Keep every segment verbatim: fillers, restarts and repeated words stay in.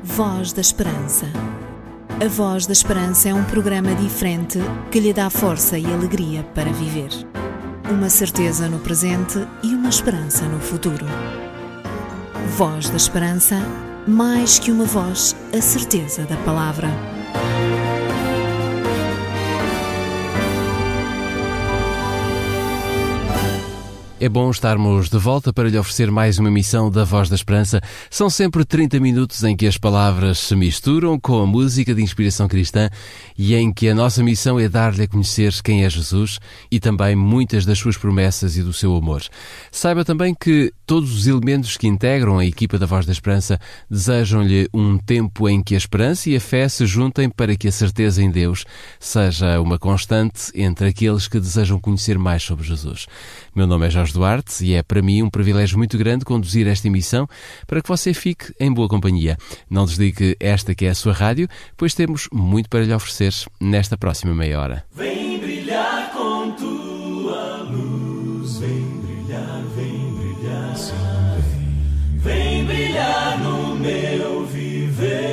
Voz da Esperança. A Voz da Esperança é um programa diferente que lhe dá força e alegria para viver. Uma certeza no presente e uma esperança no futuro. Voz da Esperança, mais que uma voz, a certeza da palavra. É bom estarmos de volta para lhe oferecer mais uma emissão da Voz da Esperança. São sempre trinta minutos em que as palavras se misturam com a música de inspiração cristã e em que a nossa missão é dar-lhe a conhecer quem é Jesus e também muitas das suas promessas e do seu amor. Saiba também que todos os elementos que integram a equipa da Voz da Esperança desejam-lhe um tempo em que a esperança e a fé se juntem para que a certeza em Deus seja uma constante entre aqueles que desejam conhecer mais sobre Jesus. Meu nome é Jorge Duarte e é para mim um privilégio muito grande conduzir esta emissão para que você fique em boa companhia. Não desligue esta que é a sua rádio, pois temos muito para lhe oferecer nesta próxima meia hora. Vem brilhar com tua luz, vem brilhar, vem brilhar, sim, vem, vem brilhar no meu viver.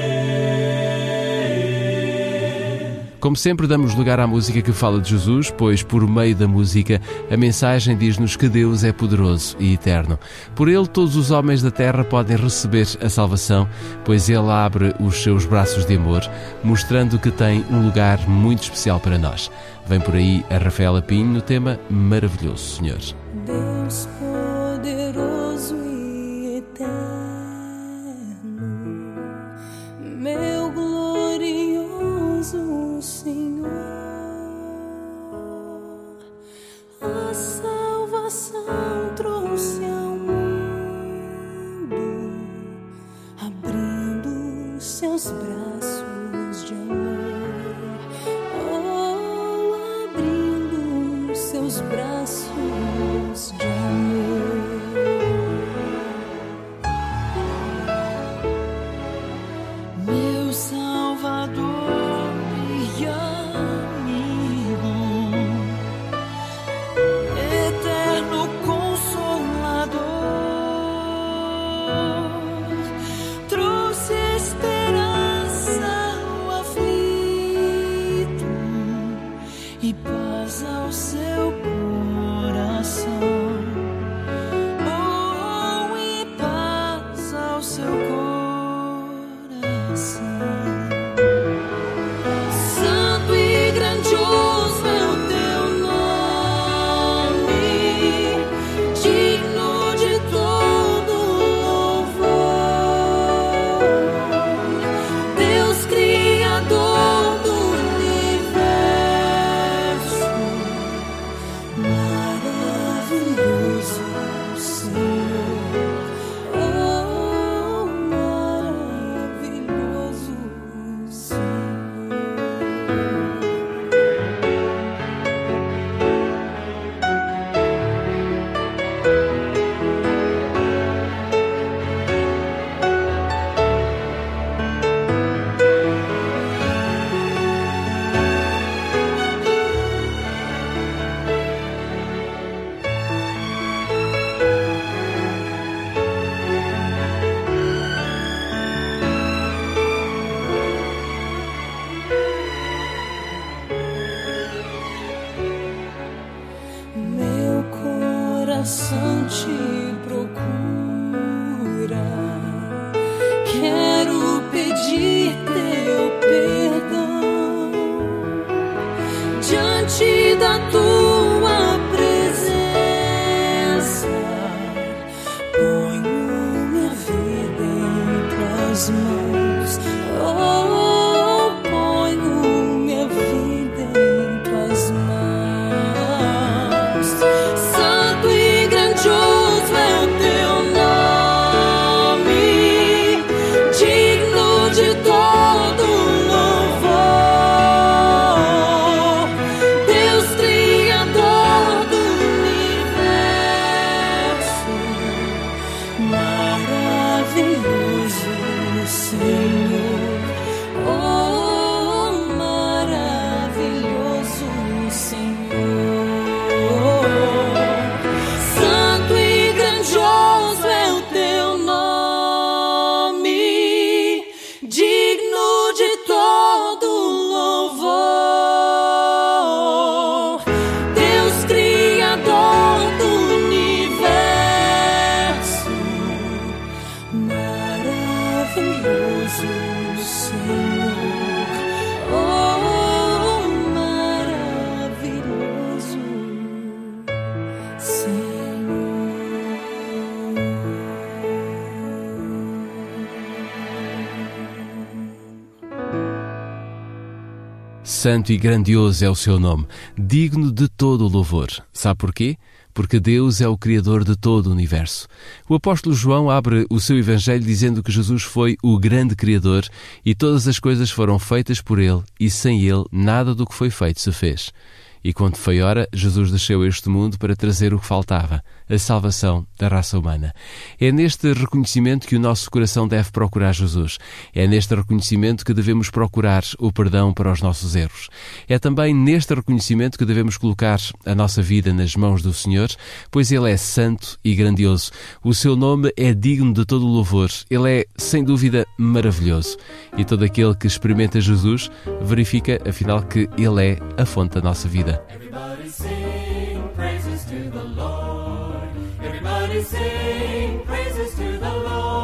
Como sempre, damos lugar à música que fala de Jesus, pois por meio da música a mensagem diz-nos que Deus é poderoso e eterno. Por Ele todos os homens da terra podem receber a salvação, pois Ele abre os seus braços de amor, mostrando que tem um lugar muito especial para nós. Vem por aí a Rafaela Pinho no tema Maravilhoso Senhor. Deus poderoso e eterno, meu glorioso Senhor, a salvação trouxe ao mundo, abrindo seus braços de amor, oh, abrindo seus braços de amor. Meu Salvador e amigo, eterno Consolador, trouxe esperança ao aflito e paz ao seu coração, oh, e paz ao seu coração. Santo e grandioso é o teu nome, digno de todo louvor. Deus Criador do universo, maravilhoso Senhor, oh, maravilhoso Senhor. Meu coração te procura, quero pedir teu perdão diante da tua presença. Ponho minha vida em tuas mãos, oh, ponho minha vida em tuas mãos. Santo e grandioso é o teu nome, digno de todo louvor. Deus Criador do universo, maravilhoso Senhor. Senhor. Oh, maravilhoso Senhor. Santo e grandioso é o seu nome, digno de todo o louvor. Sabe porquê? Porque Deus é o Criador de todo o universo. O apóstolo João abre o seu Evangelho dizendo que Jesus foi o grande Criador e todas as coisas foram feitas por Ele e sem Ele nada do que foi feito se fez. E quando foi hora, Jesus desceu este mundo para trazer o que faltava, a salvação da raça humana. É neste reconhecimento que o nosso coração deve procurar Jesus. É neste reconhecimento que devemos procurar o perdão para os nossos erros. É também neste reconhecimento que devemos colocar a nossa vida nas mãos do Senhor, pois Ele é santo e grandioso. O seu nome é digno de todo o louvor. Ele é, sem dúvida, maravilhoso. E todo aquele que experimenta Jesus verifica, afinal, que Ele é a fonte da nossa vida. Everybody sing praises to the Lord. Everybody sing praises to the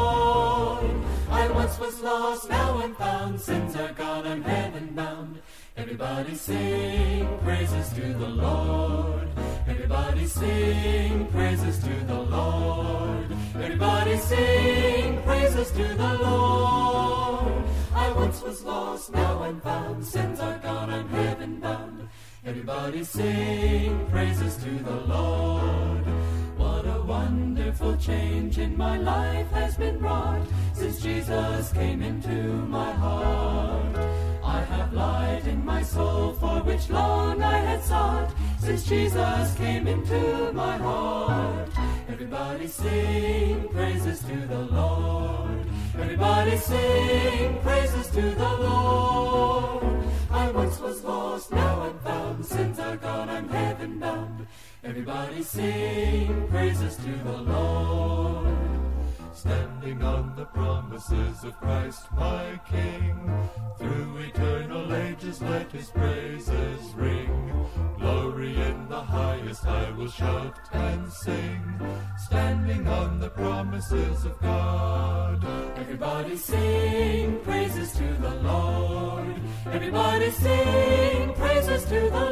Lord. I once was lost, now I'm found. Sins are gone, I'm heaven bound. Everybody sing praises to the Lord. Everybody sing praises to the Lord. Everybody sing praises to the Lord. I once was lost, now I'm found. Sins are gone, I'm heaven bound. Everybody sing praises to the Lord. What a wonderful change in my life has been wrought since Jesus came into my heart. I have light in my soul for which long I had sought since Jesus came into my heart. Everybody sing praises to the Lord. Everybody sing praises to the Lord. I once was lost, now I'm found. Sins are gone, I'm heaven bound. Everybody sing praises to the Lord. Standing on the promises of Christ my King, through eternal ages let His praises ring. Glory in the highest I will shout and sing, standing on the promises of God. Everybody sing praises to the Lord. Everybody sing praises to the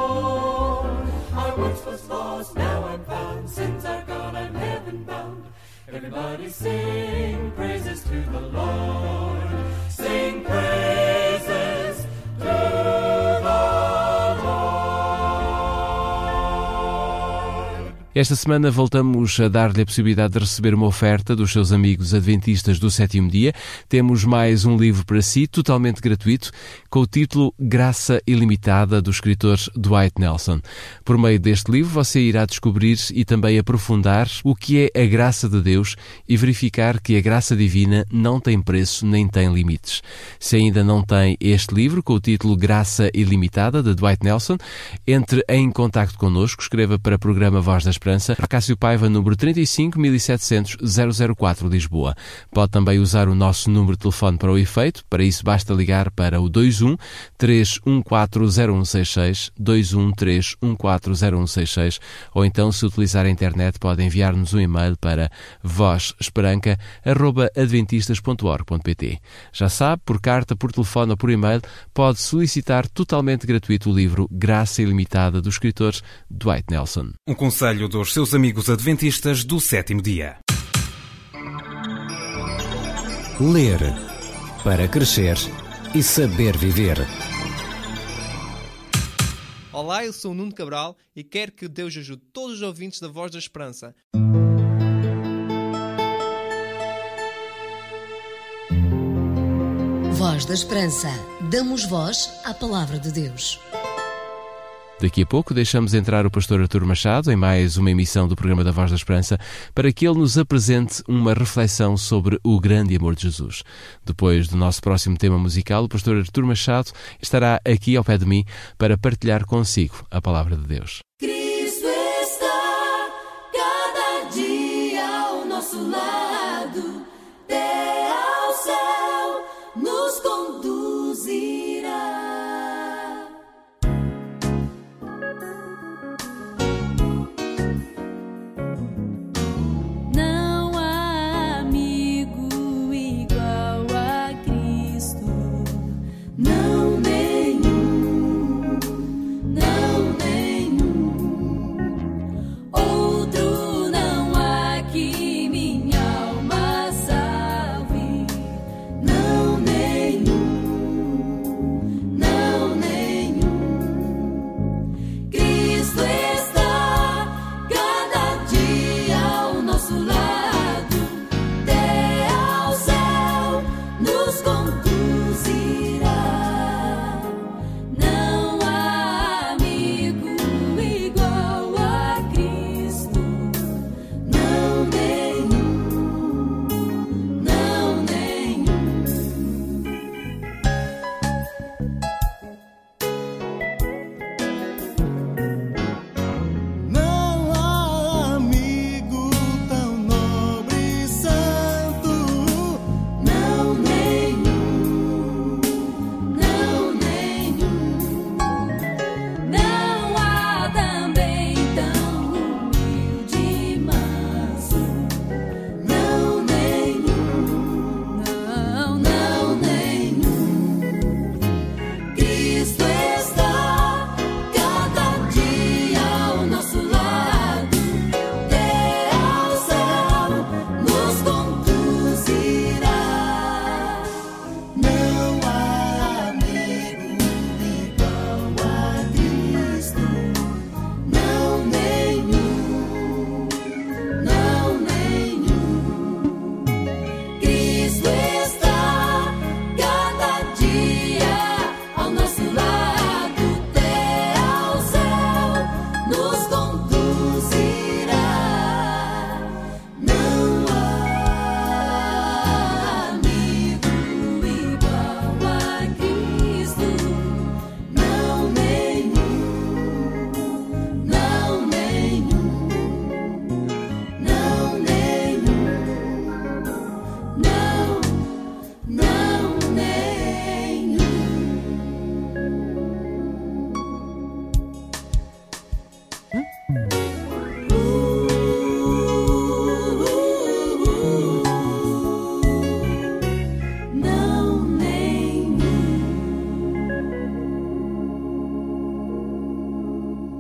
Lord. I once was lost, now I'm found. Sins are gone, I'm heaven bound. Everybody sing praises to the Lord. Sing praises to the Lord. Esta semana voltamos a dar-lhe a possibilidade de receber uma oferta dos seus amigos adventistas do sétimo dia. Temos mais um livro para si, totalmente gratuito, com o título Graça Ilimitada, do escritor Dwight Nelson. Por meio deste livro você irá descobrir e também aprofundar o que é a graça de Deus e verificar que a graça divina não tem preço nem tem limites. Se ainda não tem este livro com o título Graça Ilimitada, de Dwight Nelson, entre em contacto connosco, escreva para o programa Voz da Esperança, Cássio Paiva, número trinta e cinco, mil e setecentos, zero zero quatro, Lisboa. Pode também usar o nosso número de telefone para o efeito. Para isso basta ligar para o dois um três um quatro zero um seis seis, dois um três um quatro zero um seis seis, ou então, se utilizar a internet, pode enviar-nos um e-mail para voz esperanca arroba adventistas ponto org ponto pt. Já sabe, por carta, por telefone ou por e-mail, pode solicitar totalmente gratuito o livro Graça Ilimitada, do escritor Dwight Nelson. Um conselho dos seus amigos adventistas do sétimo dia. Ler para crescer e saber viver. Olá, eu sou o Nuno Cabral e quero que Deus ajude todos os ouvintes da Voz da Esperança. Voz da Esperança. Damos voz à Palavra de Deus. Daqui a pouco deixamos entrar o pastor Artur Machado em mais uma emissão do programa da Voz da Esperança para que ele nos apresente uma reflexão sobre o grande amor de Jesus. Depois do nosso próximo tema musical, o pastor Artur Machado estará aqui ao pé de mim para partilhar consigo a Palavra de Deus. Cristo está cada dia ao nosso lado, até ao céu nos conduzirá. Não há amigo igual a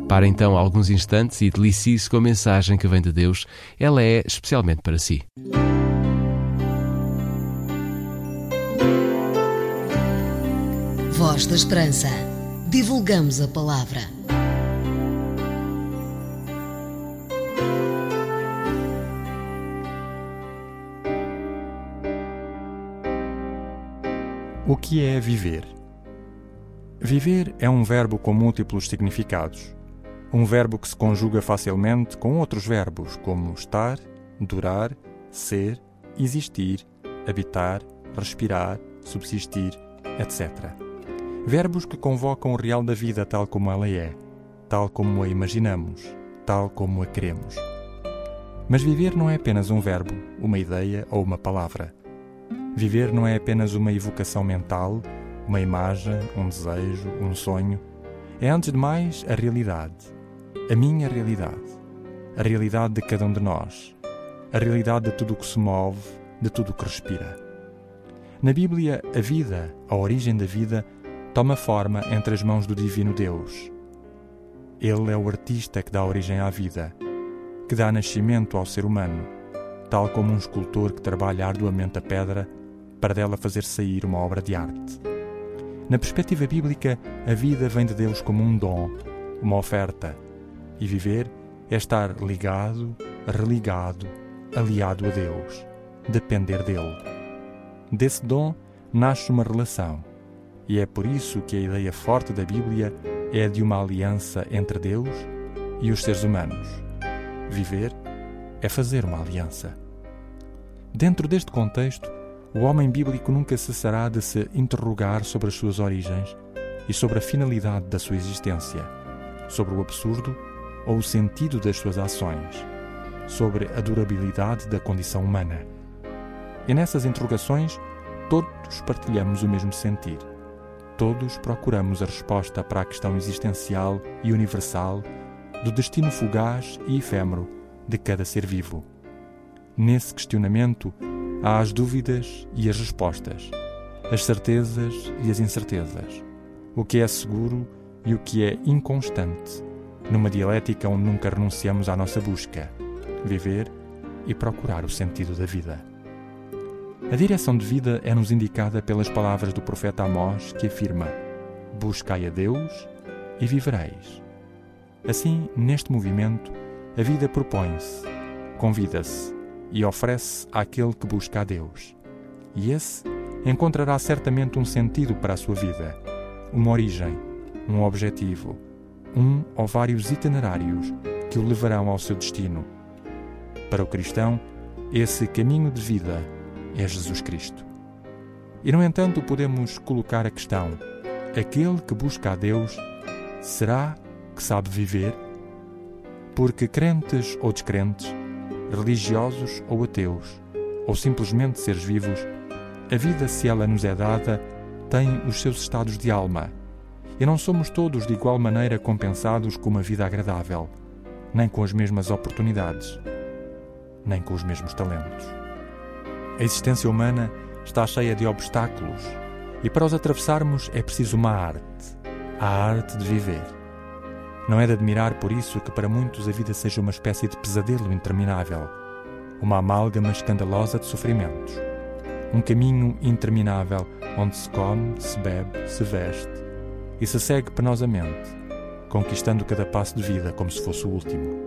Para então alguns instantes e delicie-se com a mensagem que vem de Deus. Ela é especialmente para si. Voz da Esperança. Divulgamos a palavra. O que é viver? Viver é um verbo com múltiplos significados. Um verbo que se conjuga facilmente com outros verbos, como estar, durar, ser, existir, habitar, respirar, subsistir, etcétera. Verbos que convocam o real da vida tal como ela é, tal como a imaginamos, tal como a queremos. Mas viver não é apenas um verbo, uma ideia ou uma palavra. Viver não é apenas uma evocação mental, uma imagem, um desejo, um sonho. É, antes de mais, a realidade. A minha realidade. A realidade de cada um de nós. A realidade de tudo o que se move, de tudo o que respira. Na Bíblia, a vida, a origem da vida, toma forma entre as mãos do Divino Deus. Ele é o artista que dá origem à vida, que dá nascimento ao ser humano, tal como um escultor que trabalha arduamente a pedra para dela fazer sair uma obra de arte. Na perspectiva bíblica, a vida vem de Deus como um dom, uma oferta, e viver é estar ligado, religado, aliado a Deus, depender dele. Desse dom nasce uma relação, e é por isso que a ideia forte da Bíblia é a de uma aliança entre Deus e os seres humanos. Viver é fazer uma aliança. Dentro deste contexto, o homem bíblico nunca cessará de se interrogar sobre as suas origens e sobre a finalidade da sua existência, sobre o absurdo ou o sentido das suas ações, sobre a durabilidade da condição humana. E nessas interrogações, todos partilhamos o mesmo sentir. Todos procuramos a resposta para a questão existencial e universal do destino fugaz e efêmero de cada ser vivo. Nesse questionamento, há as dúvidas e as respostas, as certezas e as incertezas, o que é seguro e o que é inconstante, numa dialética onde nunca renunciamos à nossa busca, viver e procurar o sentido da vida. A direção de vida é-nos indicada pelas palavras do profeta Amós, que afirma: buscai a Deus e vivereis. Assim, neste movimento, a vida propõe-se, convida-se, e oferece àquele que busca a Deus. E esse encontrará certamente um sentido para a sua vida, uma origem, um objetivo, um ou vários itinerários que o levarão ao seu destino. Para o cristão, esse caminho de vida é Jesus Cristo. E, no entanto, podemos colocar a questão: aquele que busca a Deus, será que sabe viver? Porque crentes ou descrentes, religiosos ou ateus, ou simplesmente seres vivos, a vida, se ela nos é dada, tem os seus estados de alma, e não somos todos de igual maneira compensados com uma vida agradável, nem com as mesmas oportunidades, nem com os mesmos talentos. A existência humana está cheia de obstáculos, e para os atravessarmos é preciso uma arte, a arte de viver. Não é de admirar, por isso, que para muitos a vida seja uma espécie de pesadelo interminável, uma amálgama escandalosa de sofrimentos, um caminho interminável onde se come, se bebe, se veste e se segue penosamente, conquistando cada passo de vida como se fosse o último.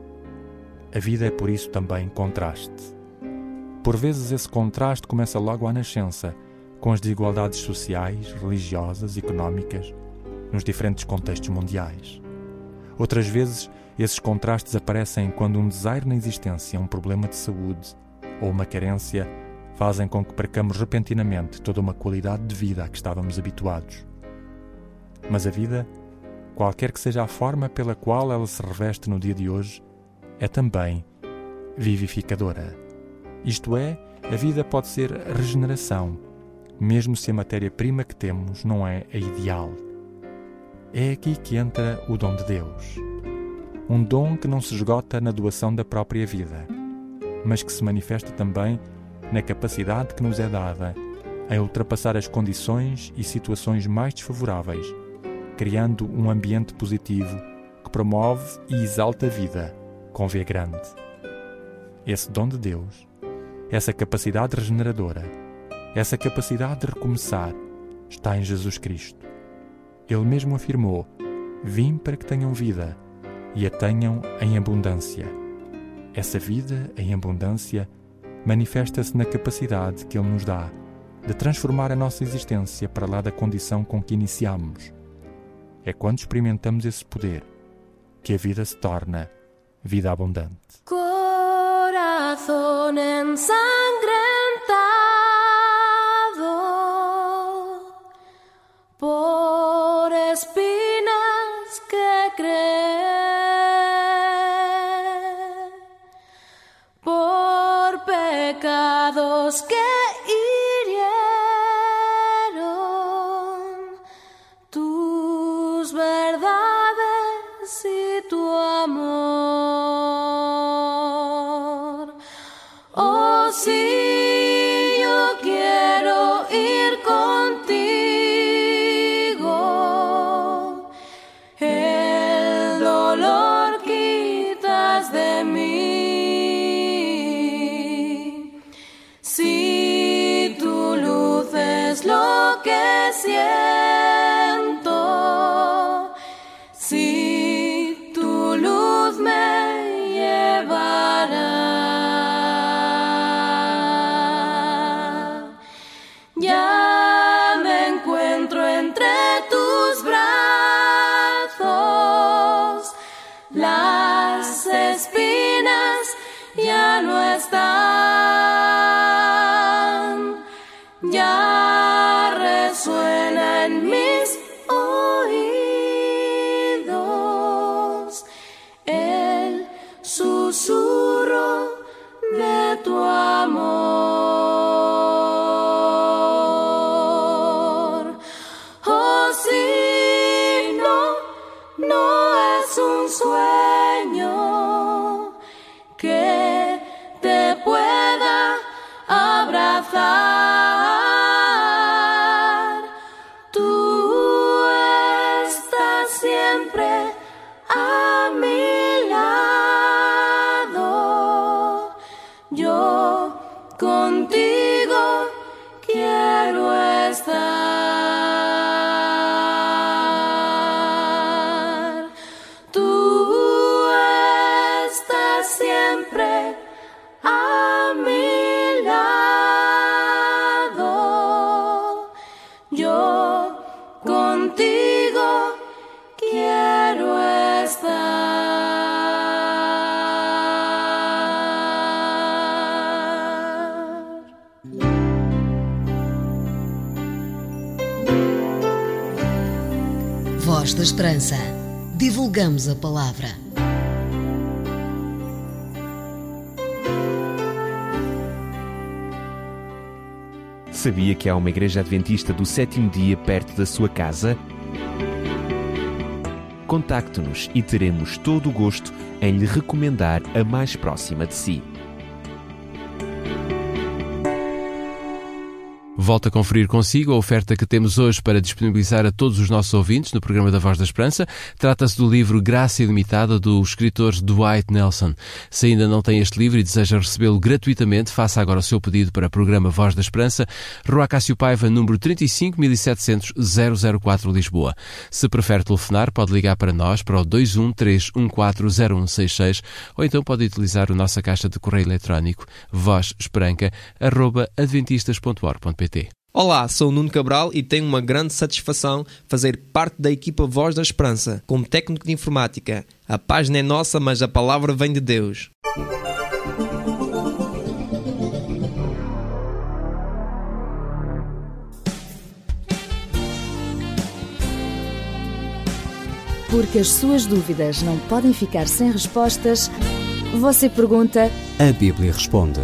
A vida é, por isso, também contraste. Por vezes esse contraste começa logo à nascença, com as desigualdades sociais, religiosas, económicas, nos diferentes contextos mundiais. Outras vezes, esses contrastes aparecem quando um desaire na existência, um problema de saúde ou uma carência fazem com que percamos repentinamente toda uma qualidade de vida a que estávamos habituados. Mas a vida, qualquer que seja a forma pela qual ela se reveste no dia de hoje, é também vivificadora. Isto é, a vida pode ser regeneração, mesmo se a matéria-prima que temos não é a ideal. É aqui que entra o dom de Deus. Um dom que não se esgota na doação da própria vida, mas que se manifesta também na capacidade que nos é dada em ultrapassar as condições e situações mais desfavoráveis, criando um ambiente positivo que promove e exalta a vida, com V grande. Esse dom de Deus, essa capacidade regeneradora, essa capacidade de recomeçar, está em Jesus Cristo. Ele mesmo afirmou: vim para que tenham vida e a tenham em abundância. Essa vida em abundância manifesta-se na capacidade que Ele nos dá de transformar a nossa existência para lá da condição com que iniciamos. É quando experimentamos esse poder que a vida se torna vida abundante. Corazón ensangrentado por espinas que creen, por pecados que hirieron tus verdades y tu amor. Oh, sí, yo quiero ir contigo. El dolor quitas de mí. Si tu luz es lo que siento, si tu luz me llevará. Ya me encuentro entre tus brazos, las espinas ya no están, ya resuena en mis oídos el susurro de tu amor. Oh, sí, no, no es un sueño que te pueda abrazar. Tú estás siempre a mi lado. Yo contigo quiero estar. Tú estás siempre a mi lado. Yo contigo quiero estar. Voz da Esperança. Divulgamos a palavra. Sabia que há uma igreja adventista do sétimo dia perto da sua casa? Contacte-nos e teremos todo o gosto em lhe recomendar a mais próxima de si. Volto a conferir consigo a oferta que temos hoje para disponibilizar a todos os nossos ouvintes no programa da Voz da Esperança. Trata-se do livro Graça Ilimitada, do escritor Dwight Nelson. Se ainda não tem este livro e deseja recebê-lo gratuitamente, faça agora o seu pedido para o programa Voz da Esperança, Rua Cássio Paiva, número trinta e cinco, mil e setecentos, zero zero quatro, Lisboa. Se prefere telefonar, pode ligar para nós, para o dois um três um quatro zero um seis seis, ou então pode utilizar a nossa caixa de correio eletrónico vozesperanca arroba adventistas ponto org ponto pt. Olá, sou o Nuno Cabral e tenho uma grande satisfação fazer parte da equipa Voz da Esperança, como técnico de informática. A página é nossa, mas a palavra vem de Deus. Porque as suas dúvidas não podem ficar sem respostas, você pergunta, a Bíblia responde.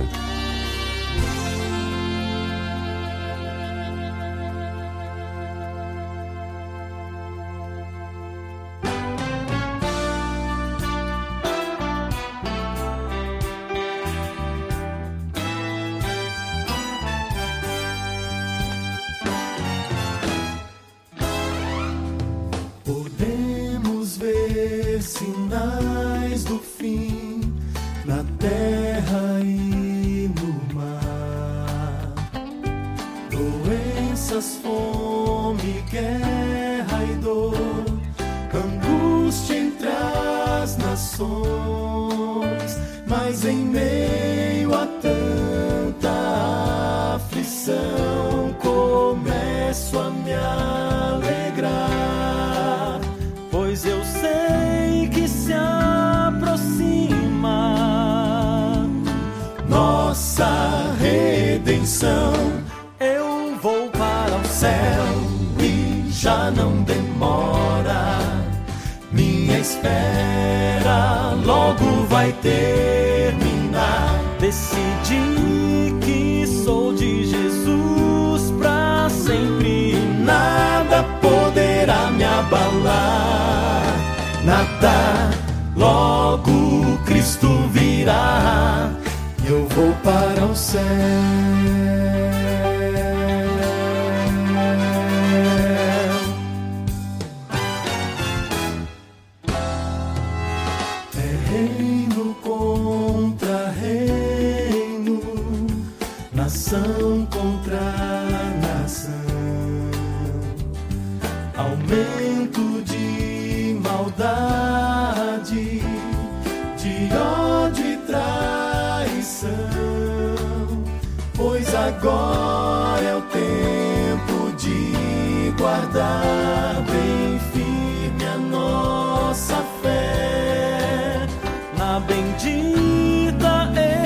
sinais do fim na terra e no mar. Doenças, fome, guerra e dor, angústia entre as nações, mas em meio a tanta aflição começo a me alegrar, pois eu sei que se aproxima nossa redenção. Eu vou para o céu e já não demora, minha espera logo vai terminar. Decidi que sou de Jesus pra sempre, nada poderá me abalar, nada, logo Cristo virá, eu vou para o céu. É reino contra reino, nação contra nação, aumento de maldade, de ódio e traição, pois agora é o tempo de guardar bem firme a nossa fé na bendita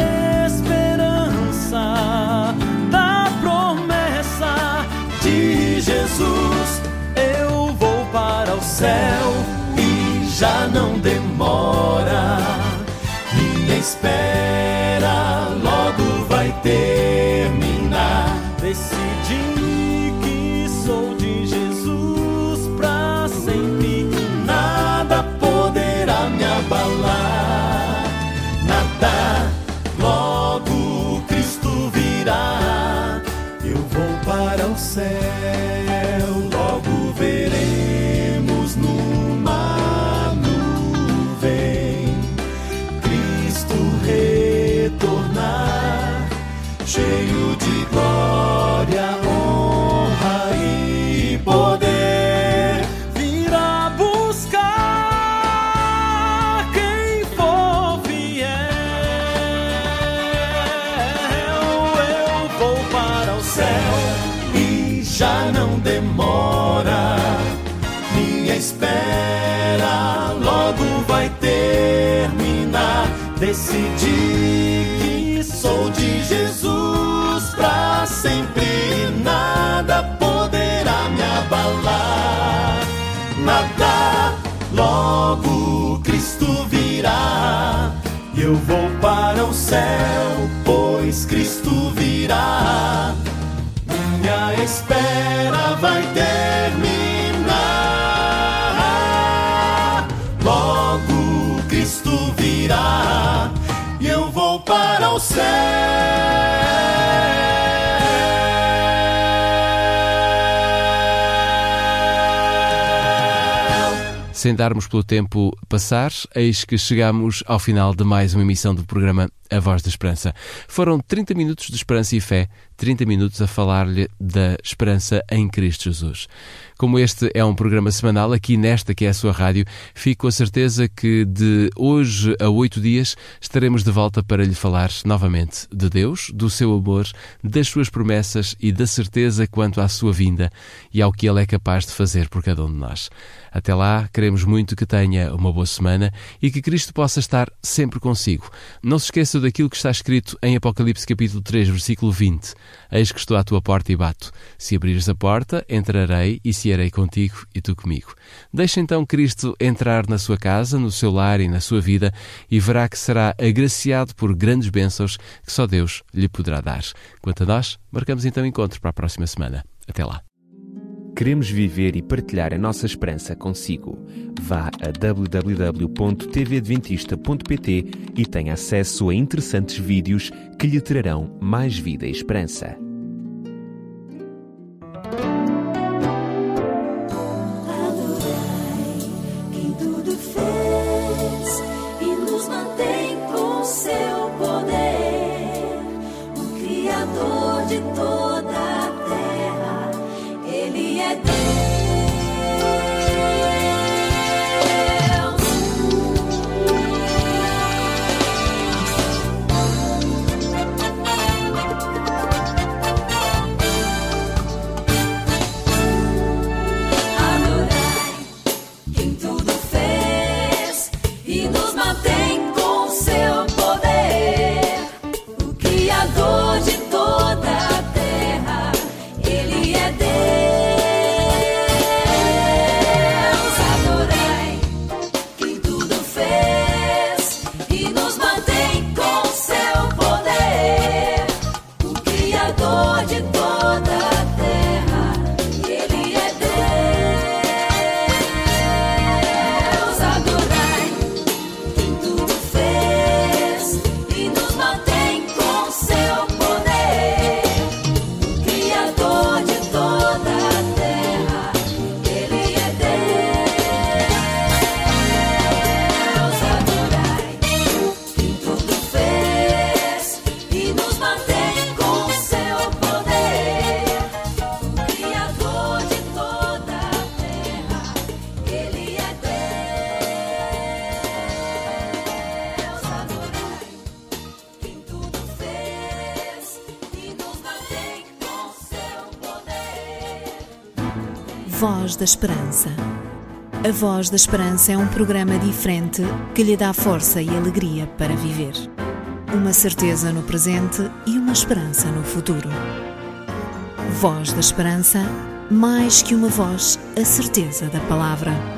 esperança da promessa de Jesus. Eu vou para o céu e já não demora, minha espera logo vai terminar. Decidi que sou de Jesus pra sempre, nada poderá me abalar, nada, logo Cristo virá, eu vou para o céu, logo veremos numa nuvem Cristo retornar, cheio de glória, honra e poder, virá buscar quem for fiel. Eu vou para o céu e já não demora, minha espera logo vai terminar. Decidi que sou de Jesus pra sempre, nada poderá me abalar, nada, logo Cristo virá, eu vou para o céu, pois Cristo virá, minha espera vai terminar, logo Cristo virá, e eu vou para o céu. Sem darmos pelo tempo passar, eis que chegamos ao final de mais uma emissão do programa A Voz da Esperança. Foram trinta minutos de esperança e fé, trinta minutos a falar-lhe da esperança em Cristo Jesus. Como este é um programa semanal, aqui nesta que é a sua rádio, fico com a certeza que de hoje a oito dias estaremos de volta para lhe falar novamente de Deus, do seu amor, das suas promessas e da certeza quanto à sua vinda e ao que Ele é capaz de fazer por cada um de nós. Até lá, queremos muito que tenha uma boa semana e que Cristo possa estar sempre consigo. Não se esqueça daquilo que está escrito em Apocalipse capítulo três, versículo vinte. Eis que estou à tua porta e bato. Se abrires a porta, entrarei e cearei contigo e tu comigo. Deixe então Cristo entrar na sua casa, no seu lar e na sua vida e verá que será agraciado por grandes bênçãos que só Deus lhe poderá dar. Quanto a nós, marcamos então encontro para a próxima semana. Até lá. Queremos viver e partilhar a nossa esperança consigo. Vá a w w w ponto t v adventista ponto p t e tenha acesso a interessantes vídeos que lhe trarão mais vida e esperança. Adorai quem tudo fez. Voz da Esperança. A Voz da Esperança é um programa diferente que lhe dá força e alegria para viver. Uma certeza no presente e uma esperança no futuro. Voz da Esperança, mais que uma voz, a certeza da palavra.